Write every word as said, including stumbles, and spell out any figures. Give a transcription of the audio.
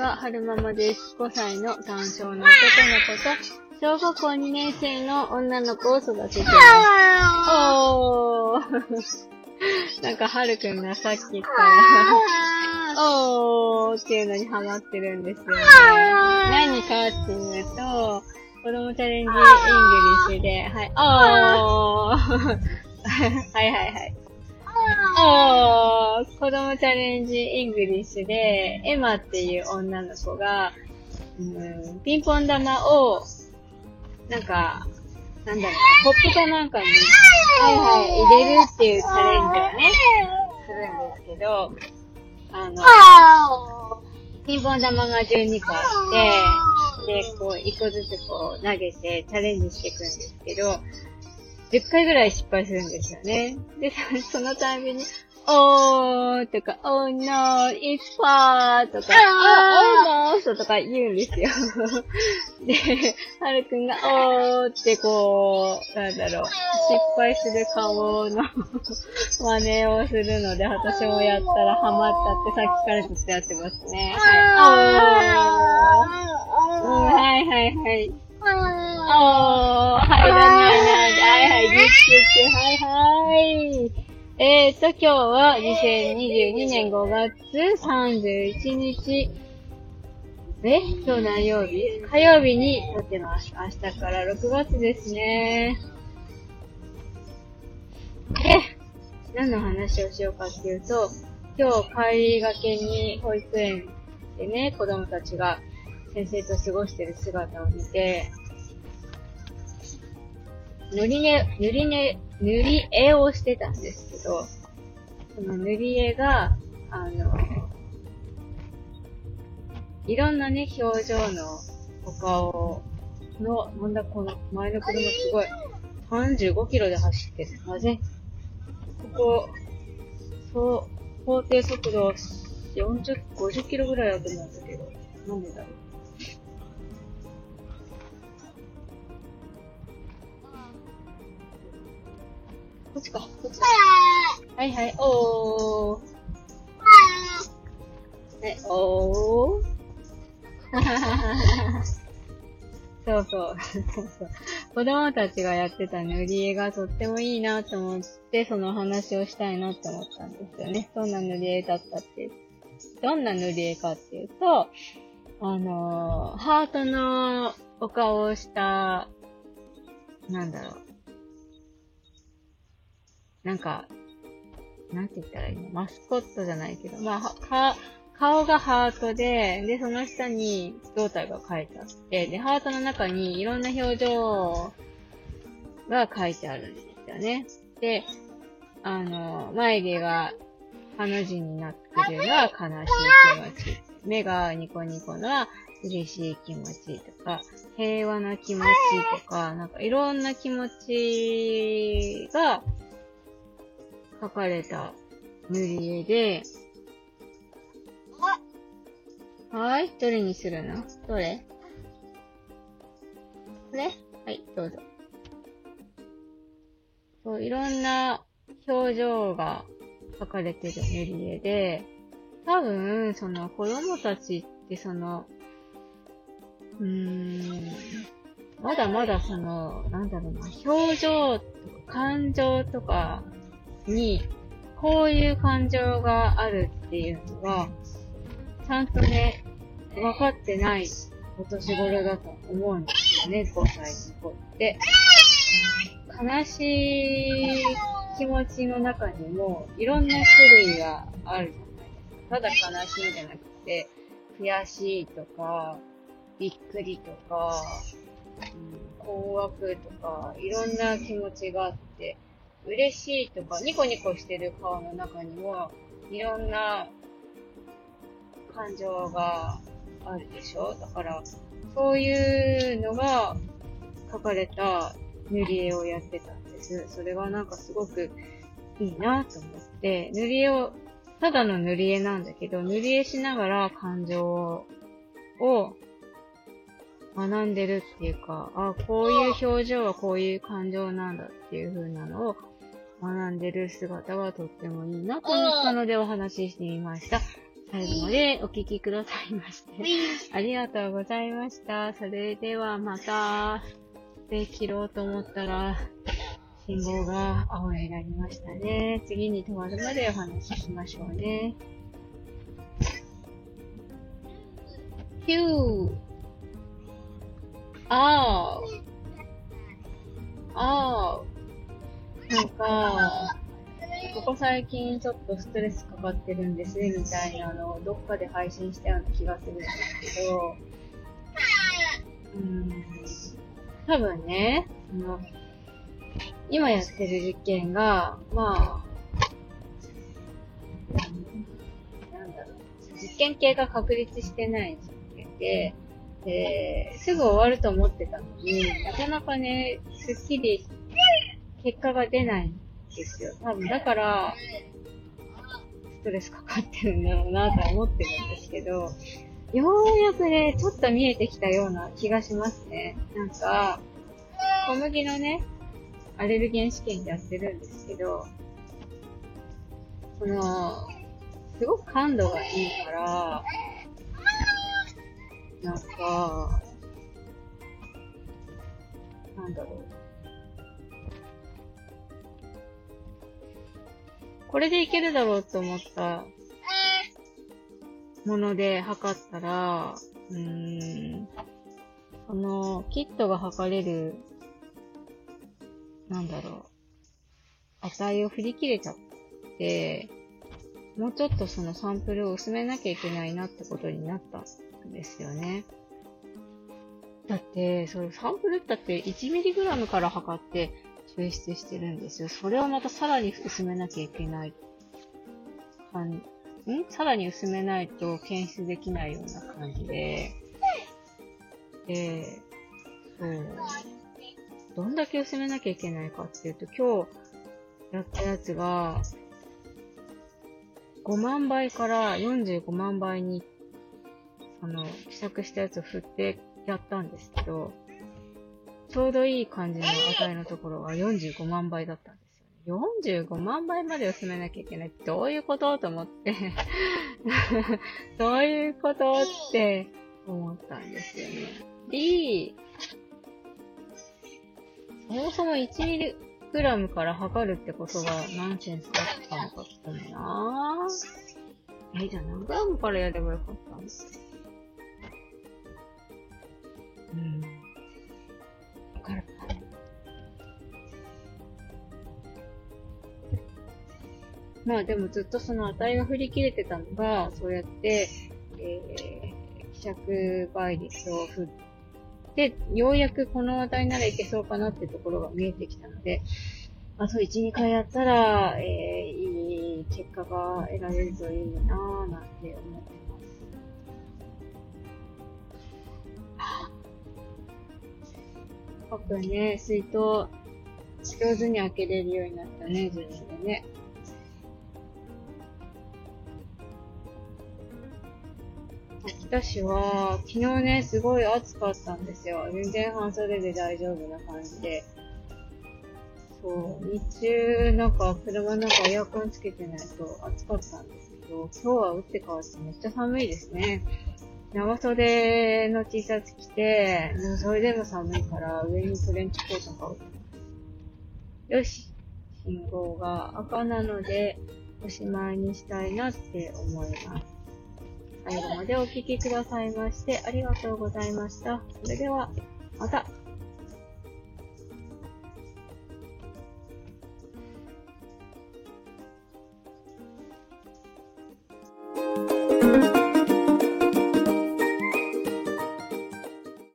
は、はるままです。ごさいの単身の男の子と、小学校にねん生の女の子を育てています。おー。なんか、はるくんがさっきから、おーっていうのにハマってるんですよね。何かっていうと、子供チャレンジイングリッシュで、はい、おー。はいはいはい。おー、子供チャレンジイングリッシュで、エマっていう女の子が、うん、ピンポン玉を、なんか、なんだろう、コップかなんかに、はいはい、入れるっていうチャレンジをね、するんですけど、あの、ピンポン玉がじゅうにこあって、で、こう、いっこずつこう投げてチャレンジしていくんですけど、じゅっかいぐらい失敗するんですよね。で、そのたびに、おーとか、oh no, it's far とか、oh, almost とか言うんですよ。で、はるくんが、おーってこう、なんだろう、失敗する顔の真似をするので、私もやったらハマったってさっきからずっとやってますね。はい。おー。うん、はいはいはい。おー、入らないな。はいはい、ギュッギュッギュッ、はいはい。えーと、今日はにせんにじゅうにねんごがつさんじゅういちにち。え今日何曜日？火曜日に撮ってます。明日からろくがつですね。え何の話をしようかっていうと、今日帰りがけに保育園でね、子供たちが先生と過ごしてる姿を見て、塗り絵、塗り絵、塗り絵をしてたんですけど、その塗り絵が、あの、いろんなね、表情のお顔の、なんだこの前の車すごい、さんじゅうごキロで走ってる。なぜここ、そう、法定速度よんじゅう、ごじゅっキロぐらいだと思うんだけど、なんでだろう。こっちか、こっちか。はいはい、おー。はい、おー。そうそう。そうそう。子供たちがやってた塗り絵がとってもいいなと思って、その話をしたいなと思ったんですよね。どんな塗り絵だったっていう。どんな塗り絵かっていうと、あのー、ハートのお顔をした、なんだろう。なんか、なんて言ったらいいの？マスコットじゃないけど、まあ、か、顔がハートで、で、その下に胴体が書いてあって、で、ハートの中にいろんな表情が書いてあるんですよね。で、あの、眉毛がハの字になってるのは悲しい気持ち。目がニコニコのは嬉しい気持ちとか、平和な気持ちとか、なんかいろんな気持ちが書かれた塗り絵で、はい、どれにするの？どれ？これ？はい、どうぞ。そう、いろんな表情が書かれてる塗り絵で、多分、その子供たちってその、うーん、まだまだその、なんだろうな、表情とか感情とかに、こういう感情があるっていうのが、ちゃんとね、分かってないお年頃だと思うんですよね、ごさいの子って。悲しい気持ちの中にも、いろんな種類があるじゃないですか。ただ悲しいんじゃなくて、悔しいとか、びっくりとか、うん、困惑とか、いろんな気持ちがあって、嬉しいとか、ニコニコしてる顔の中にも、いろんな感情があるでしょ？だから、そういうのが書かれた塗り絵をやってたんです。それがなんかすごくいいなと思って、塗り絵を、ただの塗り絵なんだけど、塗り絵しながら感情を学んでるっていうか、あ、こういう表情はこういう感情なんだっていう風なのを学んでる姿がとってもいいなと思ったのでお話ししてみました。 最後までお聞きくださいまして、ありがとうございました。それではまた、で、切ろうと思ったら、信号が青になりましたね。次に止まるまでお話ししましょうね。ヒューあーあーなんか、ここ最近ちょっとストレスかかってるんですね、みたいなのをどっかで配信したような気がするんですけど、うーん、多分ね、その、今やってる実験が、まあ、なんだろう、実験系が確立してない実験で、で、すぐ終わると思ってたのに、なかなかね、すっきり結果が出ないんですよ。多分だから、ストレスかかってるんだろうなと思ってるんですけど、ようやくね、ちょっと見えてきたような気がしますね。なんか、小麦のね、アレルゲン試験やってるんですけど、この、すごく感度がいいから、なんか、なんだろう。これでいけるだろうと思ったもので測ったら、うーん、その、キットが測れる、なんだろう、値を振り切れちゃって、もうちょっとそのサンプルを薄めなきゃいけないなってことになったんですよね。だって、そのサンプルだっていちミリグラムから測って抽出してるんですよ。それをまたさらに薄めなきゃいけない。んさらに薄めないと検出できないような感じで。で、そう。どんだけ薄めなきゃいけないかっていうと、今日やったやつが、ごまんばいからよんじゅうごまんばいに、あの、希釈したやつを振ってやったんですけど、ちょうどいい感じの値のところがよんじゅうごまんばいだったんですよね。よんじゅうごまんばいまで薄めなきゃいけないってどういうことと思って、どういうことって思ったんですよね。で、そもそもいちミリグラムから測るってことがナンセンスだったのかったもなぁ。え、じゃあ何グラムからやればよかったんですか？うん。わかるかな。まあでもずっとその値が振り切れてたのが、そうやって、えー、希釈倍率を振って、ようやくこの値ならいけそうかなってところが見えてきたので、あといち、にかいやったら、えー、いい結果が得られるといいなぁなんて思ってます。パックね、水筒上手に開けれるようになったね、自分でね。秋田市は、昨日ね、すごい暑かったんですよ。全然半袖で大丈夫な感じで。そう、日中、なんか車の中エアコンつけてないと暑かったんですけど、今日は打って変わってめっちゃ寒いですね。長袖の T シャツ着て、もうそれでも寒いから上にトレンチコート羽織ってます。よし。信号が赤なのでおしまいにしたいなって思います。最後までお聞きくださいましてありがとうございました。それでは、また。